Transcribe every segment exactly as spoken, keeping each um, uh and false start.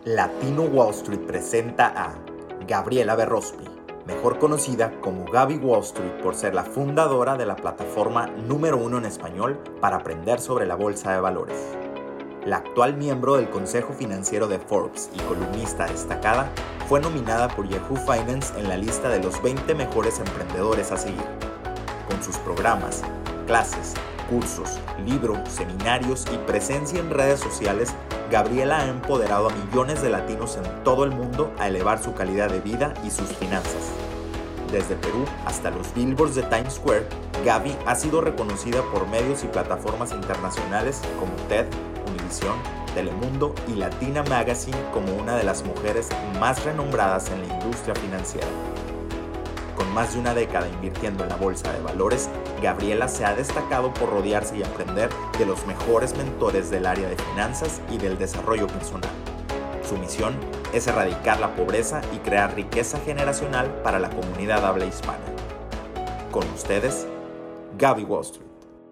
Latino Wall Street presenta a Gabriela Berrospi, mejor conocida como Gaby Wall Street por ser la fundadora de la plataforma número uno en español para aprender sobre la bolsa de valores. La actual miembro del Consejo Financiero de Forbes y columnista destacada, fue nominada por Yahoo Finance en la lista de los veinte mejores emprendedores a seguir. Con sus programas, clases, cursos, libros, seminarios y presencia en redes sociales, Gabriela ha empoderado a millones de latinos en todo el mundo a elevar su calidad de vida y sus finanzas. Desde Perú hasta los billboards de Times Square, Gaby ha sido reconocida por medios y plataformas internacionales como TED, Univision, Telemundo y Latina Magazine como una de las mujeres más renombradas en la industria financiera. Con más de una década invirtiendo en la bolsa de valores, Gabriela se ha destacado por rodearse y aprender de los mejores mentores del área de finanzas y del desarrollo personal. Su misión es erradicar la pobreza y crear riqueza generacional para la comunidad habla hispana. Con ustedes, Gaby Wall Street.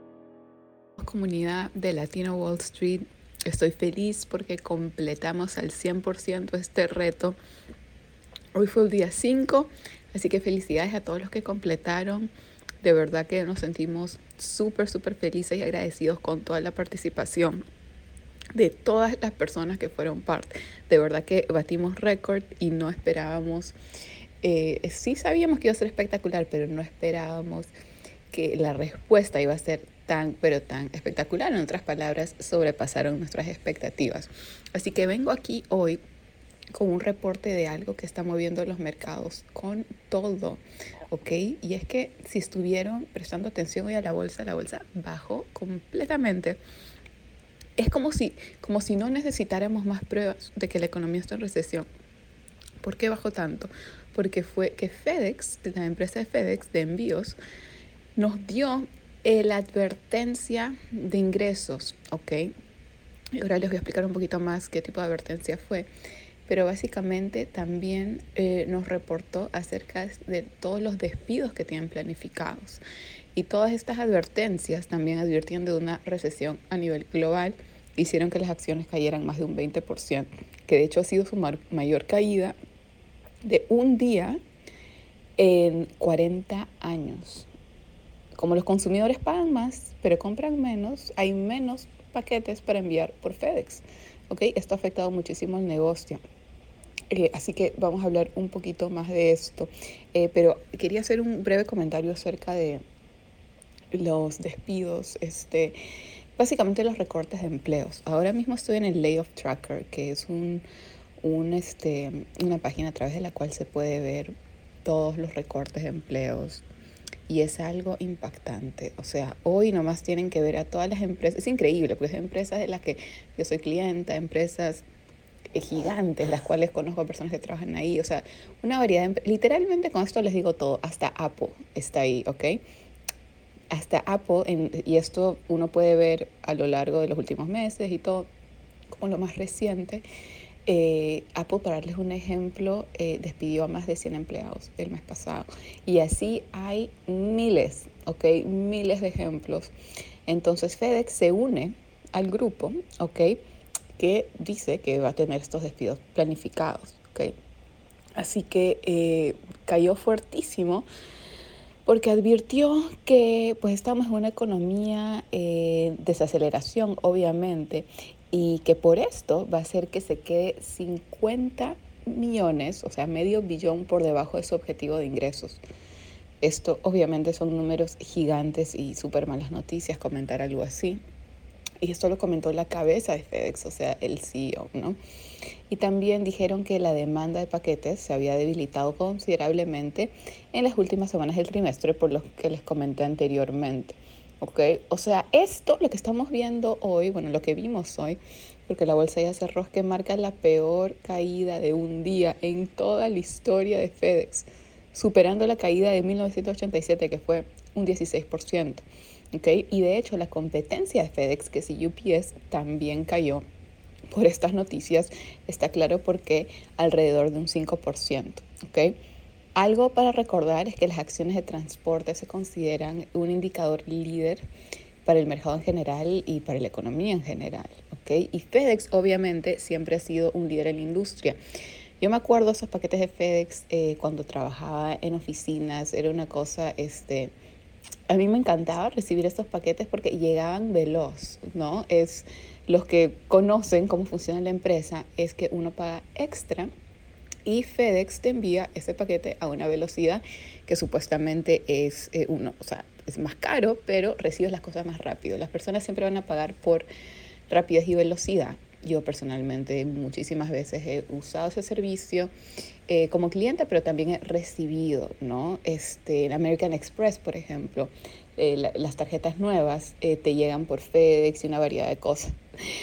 Comunidad de Latino Wall Street, estoy feliz porque completamos al cien por ciento este reto. Hoy fue el día cinco, así que felicidades a todos los que completaron. De verdad que nos sentimos súper, súper felices y agradecidos con toda la participación de todas las personas que fueron parte. De verdad que batimos récord y no esperábamos, eh, sí sabíamos que iba a ser espectacular, pero no esperábamos que la respuesta iba a ser tan, pero tan espectacular. En otras palabras, sobrepasaron nuestras expectativas. Así que vengo aquí hoy con un reporte de algo que está moviendo los mercados con todo, ¿ok? Y es que si estuvieron prestando atención hoy a la bolsa, la bolsa bajó completamente. Es como si, como si no necesitáramos más pruebas de que la economía está en recesión. ¿Por qué bajó tanto? Porque fue que FedEx, la empresa de FedEx de envíos, nos dio la advertencia de ingresos, ¿ok? Y ahora les voy a explicar un poquito más qué tipo de advertencia fue. Pero básicamente también eh, nos reportó acerca de todos los despidos que tienen planificados. Y todas estas advertencias, también advirtiendo de una recesión a nivel global, hicieron que las acciones cayeran más de un veinte por ciento, que de hecho ha sido su mar- mayor caída de un día en cuarenta años. Como los consumidores pagan más, pero compran menos, hay menos paquetes para enviar por FedEx. ¿Okay? Esto ha afectado muchísimo el negocio. Eh, así que vamos a hablar un poquito más de esto. Eh, pero quería hacer un breve comentario acerca de los despidos, este, básicamente los recortes de empleos. Ahora mismo estoy en el Layoff Tracker, que es un, un, este, una página a través de la cual se puede ver todos los recortes de empleos. Y es algo impactante. O sea, hoy nomás tienen que ver a todas las empresas. Es increíble, porque hay empresas de las que yo soy clienta, empresas gigantes, las cuales conozco a personas que trabajan ahí. O sea, una variedad. De, literalmente con esto les digo todo. Hasta Apple está ahí, ¿ok? Hasta Apple, en, y esto uno puede ver a lo largo de los últimos meses y todo, como lo más reciente. Eh, Apple, para darles un ejemplo, eh, despidió a más de cien empleados el mes pasado. Y así hay miles, ¿ok? Miles de ejemplos. Entonces FedEx se une al grupo, ¿ok? Que dice que va a tener estos despidos planificados, ¿ok? Así que eh, cayó fuertísimo porque advirtió que pues estamos en una economía eh, desaceleración, obviamente, y que por esto va a hacer que se quede cincuenta millones, o sea, medio billón por debajo de su objetivo de ingresos. Esto obviamente son números gigantes y súper malas noticias, comentar algo así. Y esto lo comentó la cabeza de FedEx, o sea, el C E O, ¿no? Y también dijeron que la demanda de paquetes se había debilitado considerablemente en las últimas semanas del trimestre, por lo que les comenté anteriormente. ¿Ok? O sea, esto, lo que estamos viendo hoy, bueno, lo que vimos hoy, porque la bolsa ya cerró, es que marca la peor caída de un día en toda la historia de FedEx, superando la caída de mil novecientos ochenta y siete, que fue un dieciséis por ciento. ¿Okay? Y de hecho, la competencia de FedEx, que es U P S, también cayó por estas noticias. Está claro por qué, alrededor de un cinco por ciento. ¿Okay? Algo para recordar es que las acciones de transporte se consideran un indicador líder para el mercado en general y para la economía en general. ¿ok? Y FedEx obviamente siempre ha sido un líder en la industria. Yo me acuerdo esos paquetes de FedEx eh, cuando trabajaba en oficinas, era una cosa, este, a mí me encantaba recibir estos paquetes porque llegaban veloz, ¿no? Es los que conocen cómo funciona la empresa, es que uno paga extra y FedEx te envía ese paquete a una velocidad que supuestamente es eh, uno, o sea, es más caro, pero recibes las cosas más rápido. Las personas siempre van a pagar por rapidez y velocidad. Yo personalmente muchísimas veces he usado ese servicio eh, como cliente, pero también he recibido, ¿no? Este, en American Express, por ejemplo, eh, la, las tarjetas nuevas eh, te llegan por FedEx y una variedad de cosas.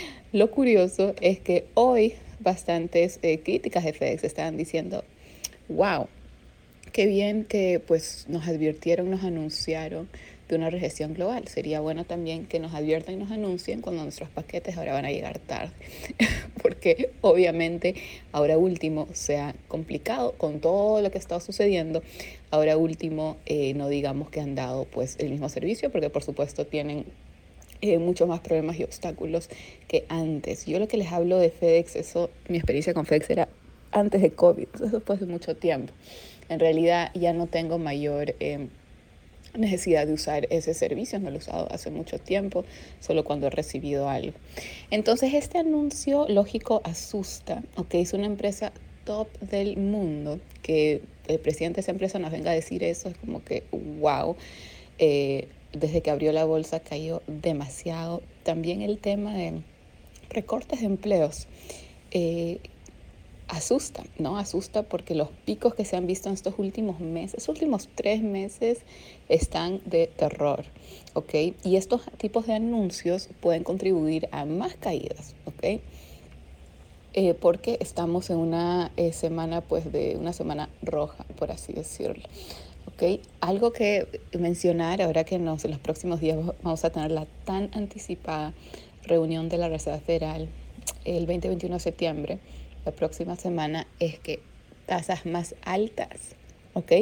Lo curioso es que hoy bastantes eh, críticas de FedEx estaban diciendo, wow, qué bien que pues nos advirtieron, nos anunciaron de una recesión global. Sería bueno también que nos adviertan y nos anuncien cuando nuestros paquetes ahora van a llegar tarde, porque obviamente ahora último se ha complicado con todo lo que está sucediendo. Ahora último, eh, no digamos que han dado pues el mismo servicio, porque por supuesto tienen eh, muchos más problemas y obstáculos que antes. Yo lo que les hablo de FedEx, eso, mi experiencia con FedEx era antes de COVID, eso fue hace mucho tiempo. En realidad ya no tengo mayor eh, necesidad de usar ese servicio, no lo he usado hace mucho tiempo, solo cuando he recibido algo. Entonces este anuncio lógico asusta, ok, es una empresa top del mundo, que el presidente de esa empresa nos venga a decir eso, es como que wow, eh, desde que abrió la bolsa cayó demasiado. También el tema de recortes de empleos. Eh, asusta, ¿no? Asusta porque los picos que se han visto en estos últimos meses, últimos tres meses, están de terror, ¿ok? Y estos tipos de anuncios pueden contribuir a más caídas, ¿ok? Eh, porque estamos en una eh, semana, pues, de una semana roja, por así decirlo. ¿Ok? Algo que mencionar ahora que nos, en los próximos días vamos a tener la tan anticipada reunión de la Reserva Federal el veinte y veintiuno de septiembre, la próxima semana, es que tasas más altas, ¿ok?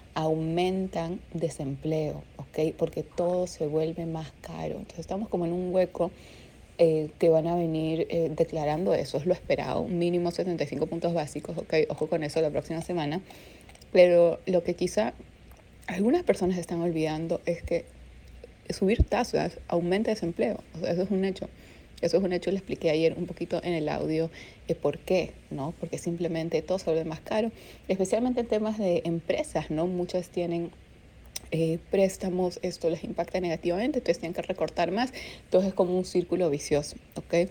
Aumentan desempleo, ¿ok? Porque todo se vuelve más caro. Entonces estamos como en un hueco eh, que van a venir eh, declarando eso, es lo esperado, un mínimo setenta y cinco puntos básicos, ¿ok? Ojo con eso la próxima semana. Pero lo que quizá algunas personas están olvidando es que subir tasas aumenta desempleo. O sea, eso es un hecho. Eso es un hecho, le expliqué ayer un poquito en el audio eh, por qué, ¿no? Porque simplemente todo se vuelve más caro, especialmente en temas de empresas, ¿no? Muchas tienen eh, préstamos, esto les impacta negativamente, entonces tienen que recortar más, entonces es como un círculo vicioso, ¿ok?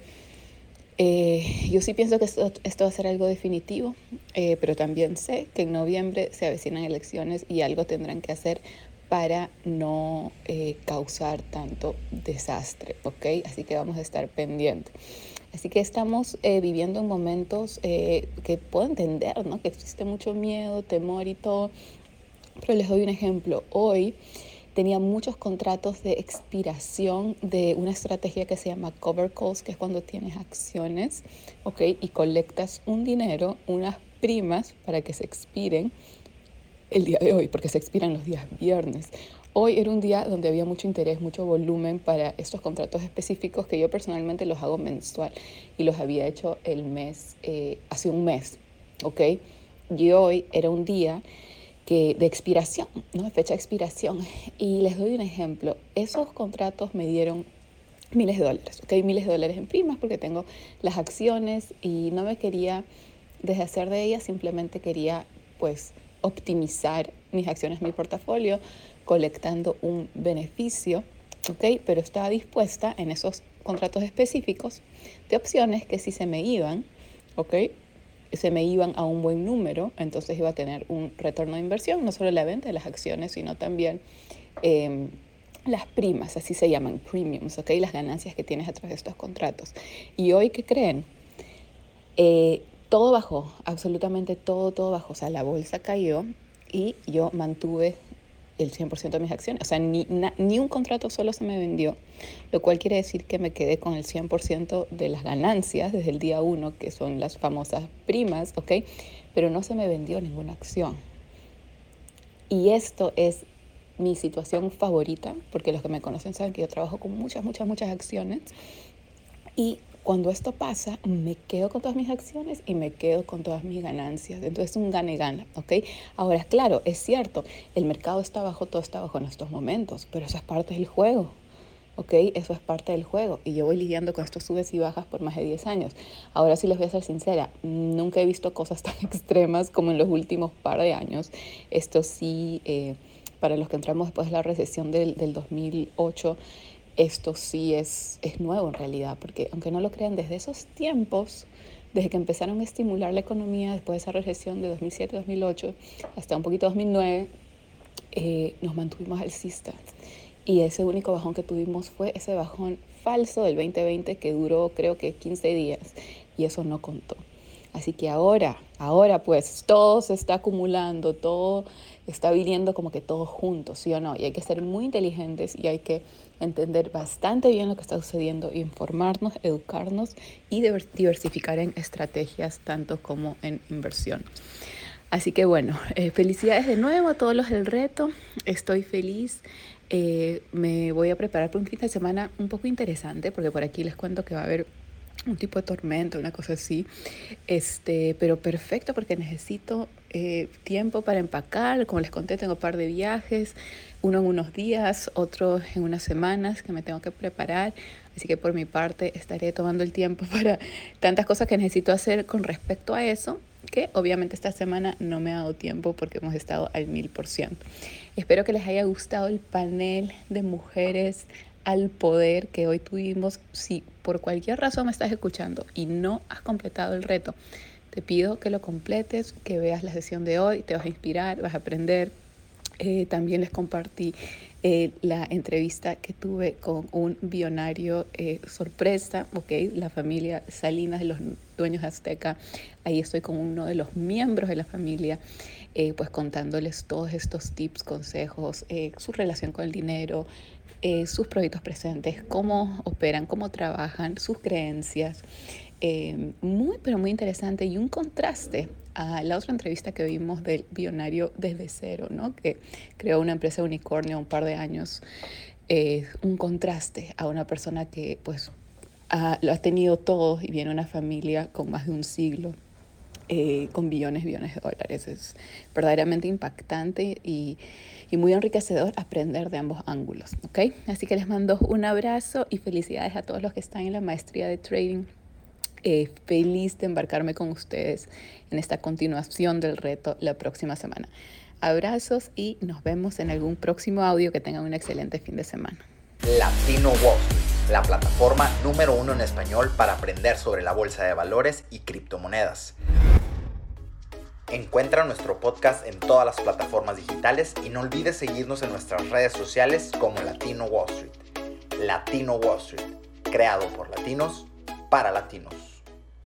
Eh, yo sí pienso que esto, esto va a ser algo definitivo, eh, pero también sé que en noviembre se avecinan elecciones y algo tendrán que hacer para no eh, causar tanto desastre, ¿ok? Así que vamos a estar pendientes. Así que estamos eh, viviendo en momentos eh, que puedo entender, ¿no? Que existe mucho miedo, temor y todo, pero les doy un ejemplo. Hoy tenía muchos contratos de expiración de una estrategia que se llama cover calls, que es cuando tienes acciones, ¿ok? Y colectas un dinero, unas primas para que se expiren el día de hoy, porque se expiran los días viernes. Hoy era un día donde había mucho interés, mucho volumen para estos contratos específicos que yo personalmente los hago mensual y los había hecho el mes, eh, hace un mes, ¿ok? Y hoy era un día que, de expiración, ¿no? De fecha de expiración. Y les doy un ejemplo. Esos contratos me dieron miles de dólares, ¿ok? Miles de dólares en primas porque tengo las acciones y no me quería deshacer de ellas, simplemente quería, pues, optimizar mis acciones, mi portafolio, colectando un beneficio, ¿ok? Pero estaba dispuesta en esos contratos específicos de opciones que si se me iban, ¿ok? Se me iban a un buen número, entonces iba a tener un retorno de inversión, no solo la venta de las acciones, sino también eh, las primas, así se llaman, premiums, ¿ok? Las ganancias que tienes a través de estos contratos. Y hoy, ¿qué creen? Eh, todo bajó, absolutamente todo, todo bajó. O sea, la bolsa cayó y yo mantuve el cien por ciento de mis acciones. O sea, ni, na, ni un contrato solo se me vendió, lo cual quiere decir que me quedé con el cien por ciento de las ganancias desde el día uno, que son las famosas primas, ¿ok? Pero no se me vendió ninguna acción. Y esto es mi situación favorita, porque los que me conocen saben que yo trabajo con muchas, muchas, muchas acciones. Y Cuando esto pasa, me quedo con todas mis acciones y me quedo con todas mis ganancias. Entonces es un gane-gana, ¿ok? Ahora, claro, es cierto, el mercado está bajo, todo está bajo en estos momentos, pero eso es parte del juego, ¿ok? Eso es parte del juego. Y yo voy lidiando con estos subes y bajas por más de diez años. Ahora sí les voy a ser sincera, nunca he visto cosas tan extremas como en los últimos par de años. Esto sí, eh, para los que entramos después de la recesión del, del dos mil ocho, esto sí es, es nuevo en realidad, porque aunque no lo crean, desde esos tiempos, desde que empezaron a estimular la economía después de esa recesión de dos mil siete dos mil ocho hasta un poquito dos mil nueve, eh, nos mantuvimos alcistas. Y ese único bajón que tuvimos fue ese bajón falso del veinte veinte que duró creo que quince días y eso no contó. Así que ahora, ahora pues todo se está acumulando, todo está viniendo como que todo junto, ¿sí o no? Y hay que ser muy inteligentes y hay que entender bastante bien lo que está sucediendo, informarnos, educarnos y diversificar en estrategias tanto como en inversión. Así que bueno, eh, felicidades de nuevo a todos los del reto, estoy feliz. Eh, me voy a preparar para un fin de semana un poco interesante porque por aquí les cuento que va a haber un tipo de tormenta, una cosa así, este, pero perfecto porque necesito eh, tiempo para empacar. Como les conté, tengo un par de viajes, uno en unos días, otro en unas semanas que me tengo que preparar, así que por mi parte estaré tomando el tiempo para tantas cosas que necesito hacer con respecto a eso, que obviamente esta semana no me ha dado tiempo porque hemos estado al mil por ciento. Espero que les haya gustado el panel de mujeres al poder que hoy tuvimos. Si por cualquier razón me estás escuchando y no has completado el reto, te pido que lo completes, que veas la sesión de hoy, te vas a inspirar, vas a aprender. Eh, también les compartí eh, la entrevista que tuve con un billonario eh, sorpresa, okay, la familia Salinas de los dueños de Azteca. Ahí estoy con uno de los miembros de la familia, eh, pues contándoles todos estos tips, consejos, eh, su relación con el dinero, Eh, sus proyectos presentes, cómo operan, cómo trabajan, sus creencias. Eh, muy, pero muy interesante y un contraste a la otra entrevista que vimos del billonario desde cero, ¿no? Que creó una empresa unicornio un par de años. Eh, un contraste a una persona que pues ha, lo ha tenido todo y viene de una familia con más de un siglo. Eh, con billones, billones de dólares. Es verdaderamente impactante y, y muy enriquecedor aprender de ambos ángulos, ¿ok? Así que les mando un abrazo y felicidades a todos los que están en la maestría de trading. Eh, feliz de embarcarme con ustedes en esta continuación del reto la próxima semana. Abrazos y nos vemos en algún próximo audio. Que tengan un excelente fin de semana. Latino Wall Street, la plataforma número uno en español para aprender sobre la bolsa de valores y criptomonedas. Encuentra nuestro podcast en todas las plataformas digitales y no olvides seguirnos en nuestras redes sociales como Latino Wall Street. Latino Wall Street, creado por latinos para latinos.